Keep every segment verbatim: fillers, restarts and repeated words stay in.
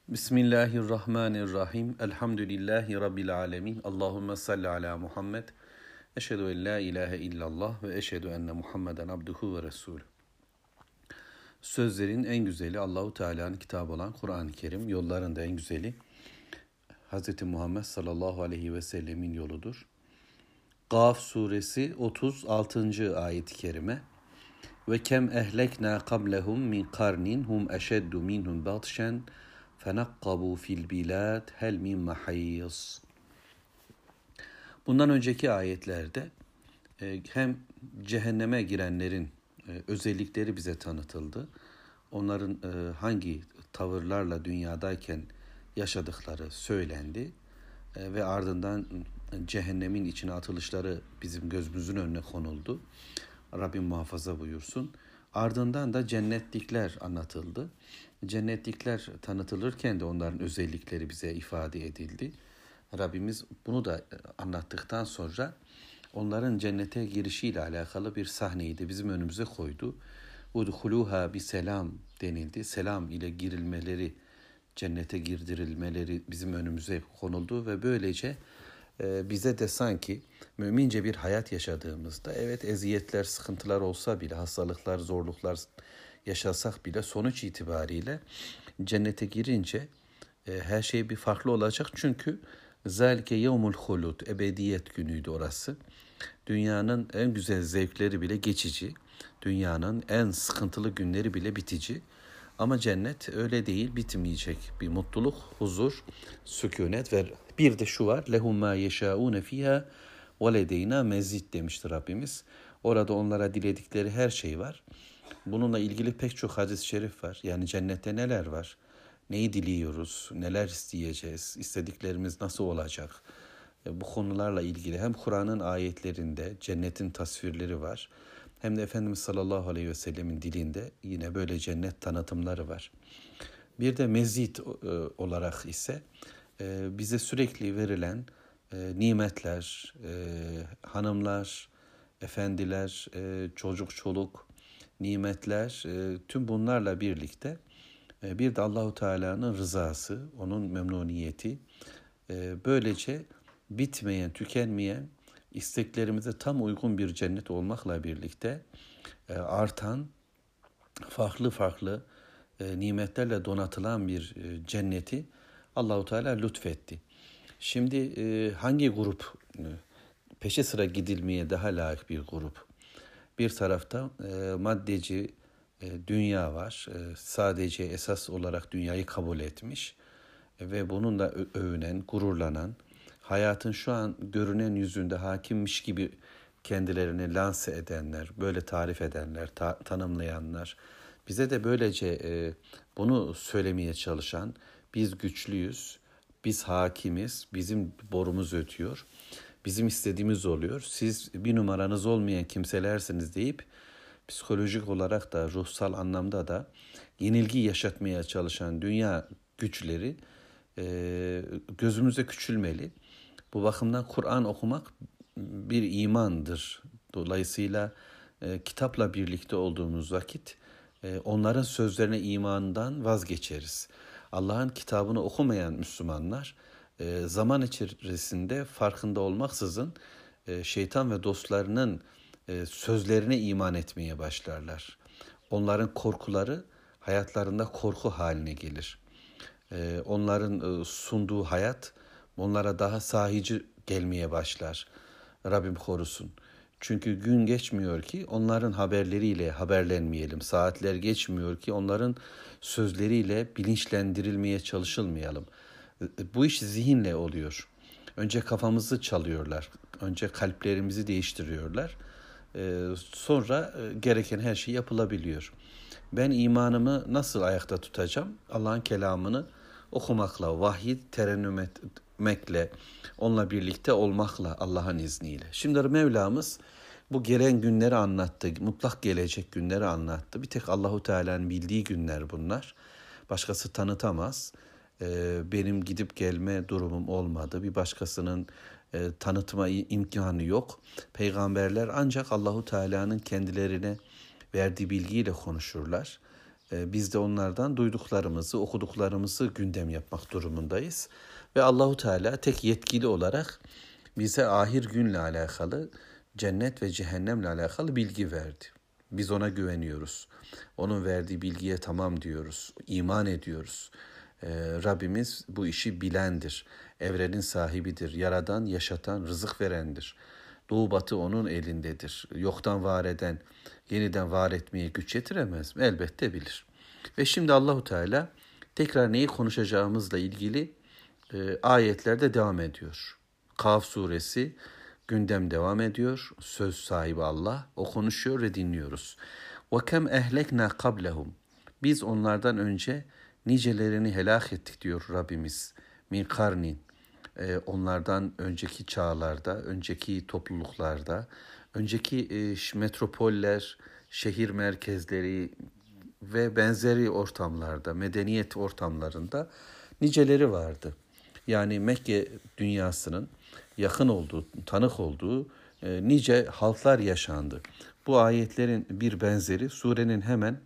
Bismillahirrahmanirrahim. Elhamdülillahi Rabbil alemin. Allahümme salli ala Muhammed. Eşhedü en la ilahe illallah ve eşhedü enne Muhammeden abduhu ve resulü. Sözlerin en güzeli Allahu Teala'nın kitabı olan Kur'an-ı Kerim. Yolların da en güzeli Hz. Muhammed sallallahu aleyhi ve sellemin yoludur. Gaf suresi otuz altıncı ayet-i kerime. Ve kem ehlekna qablehum min karnin hum eşeddu minhum batşen fenakkabu fil bilad hel min mahayyiz. Bundan önceki ayetlerde hem cehenneme girenlerin özellikleri bize tanıtıldı. Onların hangi tavırlarla dünyadayken yaşadıkları söylendi ve ardından cehennemin içine atılışları bizim gözümüzün önüne konuldu. Rabbim muhafaza buyursun. Ardından da cennetlikler anlatıldı. Cennetlikler tanıtılırken de onların özellikleri bize ifade edildi. Rabbimiz bunu da anlattıktan sonra onların cennete girişiyle alakalı bir sahneyi de bizim önümüze koydu. Udhuluha bi selam denildi. Selam ile girilmeleri, cennete girdirilmeleri bizim önümüze konuldu ve böylece bize de sanki mümince bir hayat yaşadığımızda, evet eziyetler, sıkıntılar olsa bile, hastalıklar, zorluklar yaşasak bile sonuç itibariyle cennete girince e, her şey bir farklı olacak. Çünkü zalike yevmul hulud, ebediyet günüydü orası. Dünyanın en güzel zevkleri bile geçici, dünyanın en sıkıntılı günleri bile bitici. Ama cennet öyle değil, bitmeyecek bir mutluluk, huzur, sükunet ve bir de şu var. Lehum ma yeşaune fiha ve ledeyna mezid demiştir Rabbimiz. Orada onlara diledikleri her şey var. Bununla ilgili pek çok hadis-i şerif var. Yani cennette neler var? Neyi diliyoruz? Neler isteyeceğiz? İstediklerimiz nasıl olacak? Bu konularla ilgili hem Kur'an'ın ayetlerinde cennetin tasvirleri var, hem de Efendimiz sallallahu aleyhi ve sellemin dilinde yine böyle cennet tanıtımları var. Bir de mezit olarak ise bize sürekli verilen nimetler, hanımlar, efendiler, çocuk çoluk, nimetler, tüm bunlarla birlikte bir de Allahu Teala'nın rızası, onun memnuniyeti, böylece bitmeyen, tükenmeyen, isteklerimize tam uygun bir cennet olmakla birlikte artan, farklı farklı nimetlerle donatılan bir cenneti Allahu Teala lütfetti. Şimdi hangi grup peşe sıra gidilmeye daha layık bir grup? Bir tarafta maddeci dünya var. Sadece esas olarak dünyayı kabul etmiş ve bununla övünen, gururlanan, hayatın şu an görünen yüzünde hakimmiş gibi kendilerini lanse edenler, böyle tarif edenler, ta- tanımlayanlar, bize de böylece e, bunu söylemeye çalışan, biz güçlüyüz, biz hakimiz, bizim borumuz ötüyor, bizim istediğimiz oluyor, siz bir numaranız olmayan kimselersiniz deyip psikolojik olarak da ruhsal anlamda da yenilgi yaşatmaya çalışan dünya güçleri e, gözümüze küçülmeli. Bu bakımdan Kur'an okumak bir imandır. Dolayısıyla e, kitapla birlikte olduğumuz vakit e, onların sözlerine imandan vazgeçeriz. Allah'ın kitabını okumayan Müslümanlar e, zaman içerisinde farkında olmaksızın e, şeytan ve dostlarının e, sözlerine iman etmeye başlarlar. Onların korkuları hayatlarında korku haline gelir. E, onların e, sunduğu hayat onlara daha sahici gelmeye başlar. Rabbim korusun. Çünkü gün geçmiyor ki onların haberleriyle haberlenmeyelim. Saatler geçmiyor ki onların sözleriyle bilinçlendirilmeye çalışılmayalım. Bu iş zihinle oluyor. Önce kafamızı çalıyorlar. Önce kalplerimizi değiştiriyorlar. Sonra gereken her şey yapılabiliyor. Ben imanımı nasıl ayakta tutacağım? Allah'ın kelamını okumakla, vahiy terennüm etmekle, onunla birlikte olmakla, Allah'ın izniyle. Şimdi Mevlamız bu gelen günleri anlattı, mutlak gelecek günleri anlattı. Bir tek Allahu Teala'nın bildiği günler bunlar. Başkası tanıtamaz. Ee, benim gidip gelme durumum olmadı. Bir başkasının e, tanıtma imkanı yok. Peygamberler ancak Allahu Teala'nın kendilerine verdiği bilgiyle konuşurlar. E, biz de onlardan duyduklarımızı, okuduklarımızı gündem yapmak durumundayız. Ve Allahu Teala tek yetkili olarak bize ahir günle alakalı, cennet ve cehennemle alakalı bilgi verdi. Biz ona güveniyoruz. Onun verdiği bilgiye tamam diyoruz. İman ediyoruz. Ee, Rabbimiz bu işi bilendir. Evrenin sahibidir. Yaradan, yaşatan, rızık verendir. Doğu batı onun elindedir. Yoktan var eden, yeniden var etmeye güç yetiremez mi? Elbette bilir. Ve şimdi Allahu Teala tekrar neyi konuşacağımızla ilgili e, ayetlerde devam ediyor. Kaf suresi gündem devam ediyor. Söz sahibi Allah. O konuşuyor ve dinliyoruz. وَكَمْ اَهْلَكْنَا قَبْلَهُمْ Biz onlardan önce nicelerini helak ettik diyor Rabbimiz. Min karnin. Ee, onlardan önceki çağlarda, önceki topluluklarda, önceki e, metropoller, şehir merkezleri ve benzeri ortamlarda, medeniyet ortamlarında niceleri vardı. Yani Mekke dünyasının yakın olduğu, tanık olduğu e, nice halklar yaşandı. Bu ayetlerin bir benzeri surenin hemen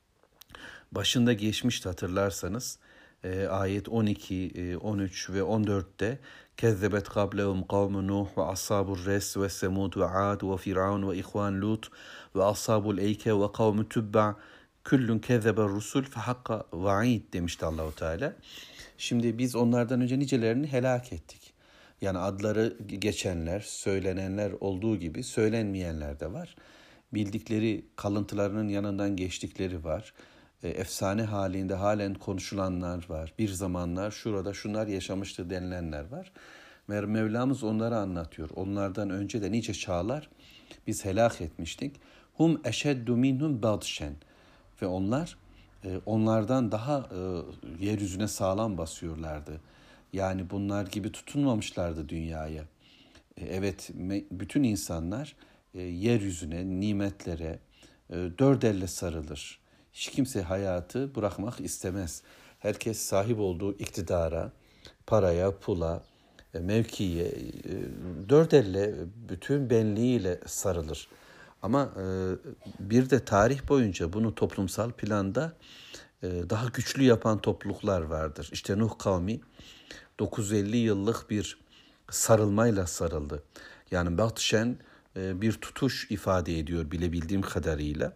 başında geçmişti hatırlarsanız. E, ayet on iki, e, on üç ve on dörtte Kezzebet kablehum kavmu Nuh ve ashabur res ve semud ve ad ve firavun ve ihvan Lut ve ashabul eyke ve kavmu tübba küllün kezzeber rusul fe hakka vaid demişti Allahu Teala. Şimdi biz onlardan önce nicelerini helak ettik. Yani adları geçenler, söylenenler olduğu gibi söylenmeyenler de var. Bildikleri kalıntılarının yanından geçtikleri var. E, efsane halinde halen konuşulanlar var. Bir zamanlar şurada şunlar yaşamıştı denilenler var. Mevlamız onları anlatıyor. Onlardan önce de nice çağlar biz helak etmiştik. Hum eşeddu minhum badşen. Ve onlar onlardan daha yeryüzüne sağlam basıyorlardı. Yani bunlar gibi tutunmamışlardı dünyaya. Evet, bütün insanlar yeryüzüne, nimetlere dört elle sarılır. Hiç kimse hayatı bırakmak istemez. Herkes sahip olduğu iktidara, paraya, pula, mevkiye dört elle bütün benliğiyle sarılır. Ama bir de tarih boyunca bunu toplumsal planda daha güçlü yapan topluluklar vardır. İşte Nuh kavmi dokuz yüz elli yıllık bir sarılmayla sarıldı. Yani batşen bir tutuş ifade ediyor bilebildiğim kadarıyla.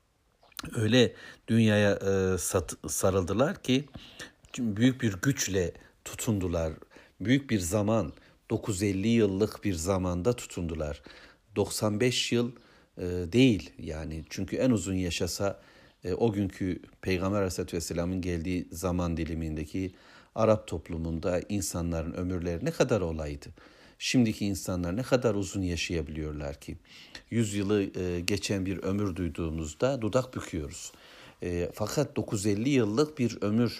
Öyle dünyaya sarıldılar ki büyük bir güçle tutundular. Büyük bir zaman, dokuz yüz elli yıllık bir zamanda tutundular. doksan beş yıl değil yani, çünkü en uzun yaşasa o günkü Peygamber Aleyhisselatü Vesselam'ın geldiği zaman dilimindeki Arap toplumunda insanların ömürleri ne kadar olaydı. Şimdiki insanlar ne kadar uzun yaşayabiliyorlar ki? Yüz yılı geçen bir ömür duyduğumuzda dudak büküyoruz. Fakat dokuz yüz elli yıllık bir ömür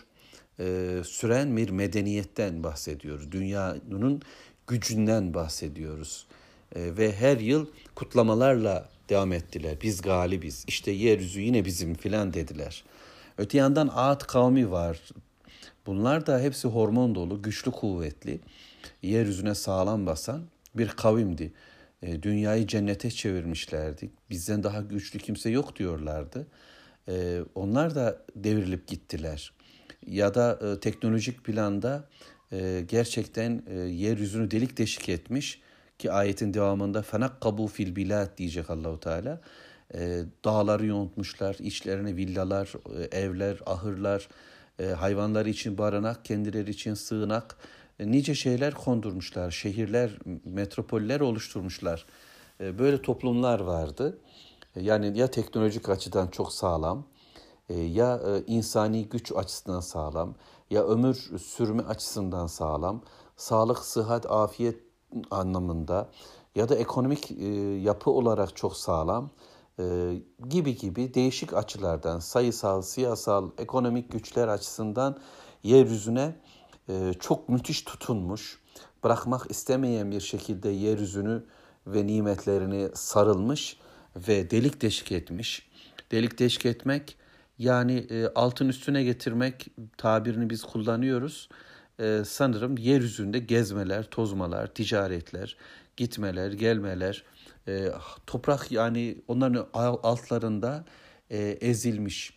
süren bir medeniyetten bahsediyoruz. Dünyanın gücünden bahsediyoruz. Ve her yıl kutlamalarla devam ettiler. Biz galibiz. İşte yeryüzü yine bizim filan dediler. Öte yandan Ad kavmi var. Bunlar da hepsi hormon dolu, güçlü, kuvvetli, yeryüzüne sağlam basan bir kavimdi. E, dünyayı cennete çevirmişlerdi. Bizden daha güçlü kimse yok diyorlardı. E, onlar da devrilip gittiler. Ya da e, teknolojik planda e, gerçekten e, yeryüzünü delik deşik etmiş ki ayetin devamında fenakkabu fil bilad diyecek Allahu Teala. E, dağları yontmuşlar, içlerine villalar, e, evler, ahırlar, e, hayvanları için barınak, kendileri için sığınak, e, nice şeyler kondurmuşlar, şehirler, metropoller oluşturmuşlar. E, böyle toplumlar vardı. E, yani ya teknolojik açıdan çok sağlam, e, ya e, insani güç açısından sağlam, ya ömür sürme açısından sağlam, sağlık, sıhhat, afiyet anlamında ya da ekonomik e, yapı olarak çok sağlam e, gibi gibi değişik açılardan sayısal, siyasal, ekonomik güçler açısından yeryüzüne e, çok müthiş tutunmuş, bırakmak istemeyen bir şekilde yeryüzünü ve nimetlerini sarılmış ve delik deşik etmiş. Delik deşik etmek yani e, altın üstüne getirmek tabirini biz kullanıyoruz. Ee, sanırım yeryüzünde gezmeler, tozmalar, ticaretler, gitmeler, gelmeler, e, toprak yani onların altlarında e, ezilmiş.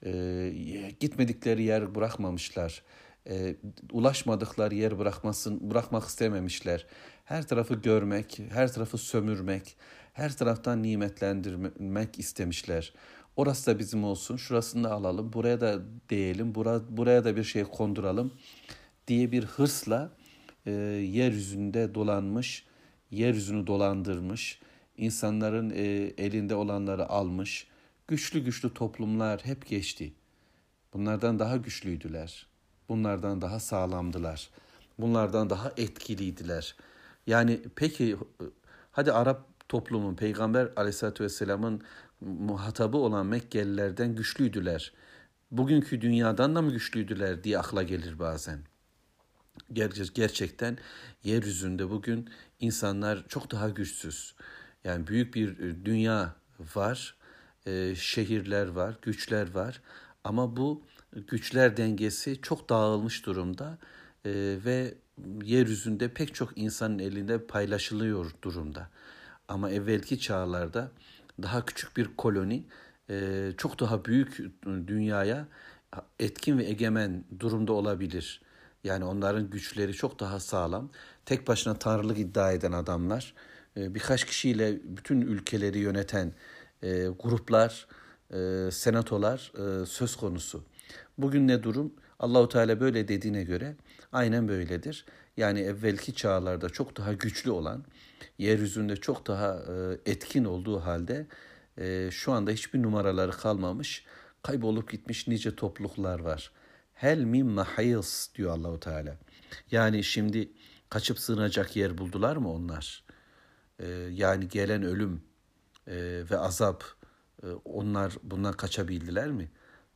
E, gitmedikleri yer bırakmamışlar. E, ulaşmadıkları yer bırakmasın, bırakmak istememişler. Her tarafı görmek, her tarafı sömürmek, her taraftan nimetlendirmek istemişler. Orası da bizim olsun, şurasını da alalım, buraya da değelim, bura, buraya da bir şey konduralım diye bir hırsla e, yeryüzünde dolanmış, yeryüzünü dolandırmış, insanların e, elinde olanları almış, güçlü güçlü toplumlar hep geçti. Bunlardan daha güçlüydüler. Bunlardan daha sağlamdılar. Bunlardan daha etkiliydiler. Yani peki hadi Arap toplumu Peygamber Aleyhisselatü Vesselam'ın muhatabı olan Mekkelilerden güçlüydüler. Bugünkü dünyadan da mı güçlüydüler diye akla gelir bazen. Ger- gerçekten yeryüzünde bugün insanlar çok daha güçsüz. Yani büyük bir e, dünya var, e, şehirler var, güçler var. Ama bu güçler dengesi çok dağılmış durumda e, ve yeryüzünde pek çok insanın elinde paylaşılıyor durumda. Ama evvelki çağlarda daha küçük bir koloni e, çok daha büyük dünyaya etkin ve egemen durumda olabilir. Yani onların güçleri çok daha sağlam. Tek başına tanrılık iddia eden adamlar, e, birkaç kişiyle bütün ülkeleri yöneten e, gruplar, e, senatolar e, söz konusu. Bugün ne durum? Allahu Teala böyle dediğine göre aynen böyledir. Yani evvelki çağlarda çok daha güçlü olan, yeryüzünde çok daha e, etkin olduğu halde e, şu anda hiçbir numaraları kalmamış, kaybolup gitmiş nice topluluklar var. Hel min mahis diyor Allahu Teala. Yani şimdi kaçıp sığınacak yer buldular mı onlar? Ee, yani gelen ölüm e, ve azap, e, onlar bundan kaçabildiler mi?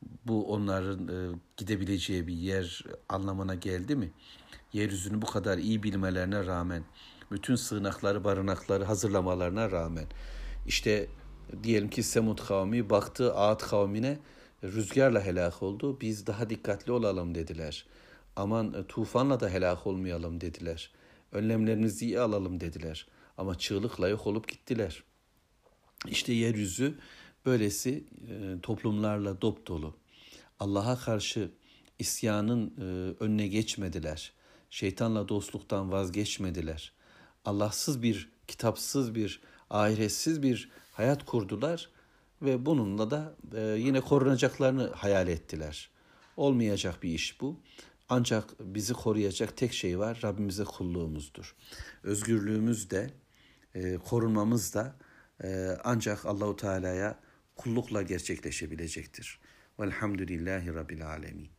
Bu onların e, gidebileceği bir yer anlamına geldi mi? Yeryüzünü bu kadar iyi bilmelerine rağmen, bütün sığınakları, barınakları hazırlamalarına rağmen, işte diyelim ki Semud kavmi baktı Ad kavmine, rüzgarla helak oldu. Biz daha dikkatli olalım dediler. Aman tufanla da helak olmayalım dediler. Önlemlerimizi iyi alalım dediler. Ama çığlıkla yok olup gittiler. İşte yeryüzü böylesi e, toplumlarla dop dolu. Allah'a karşı isyanın e, önüne geçmediler. Şeytanla dostluktan vazgeçmediler. Allahsız bir, kitapsız bir, ahiretsiz bir hayat kurdular ve bununla da e, yine korunacaklarını hayal ettiler. Olmayacak bir iş bu. Ancak bizi koruyacak tek şey var, Rabbimize kulluğumuzdur. Özgürlüğümüz de, e, korunmamız da e, ancak Allahu Teala'ya kullukla gerçekleşebilecektir. Velhamdülillahi Rabbil Alemin.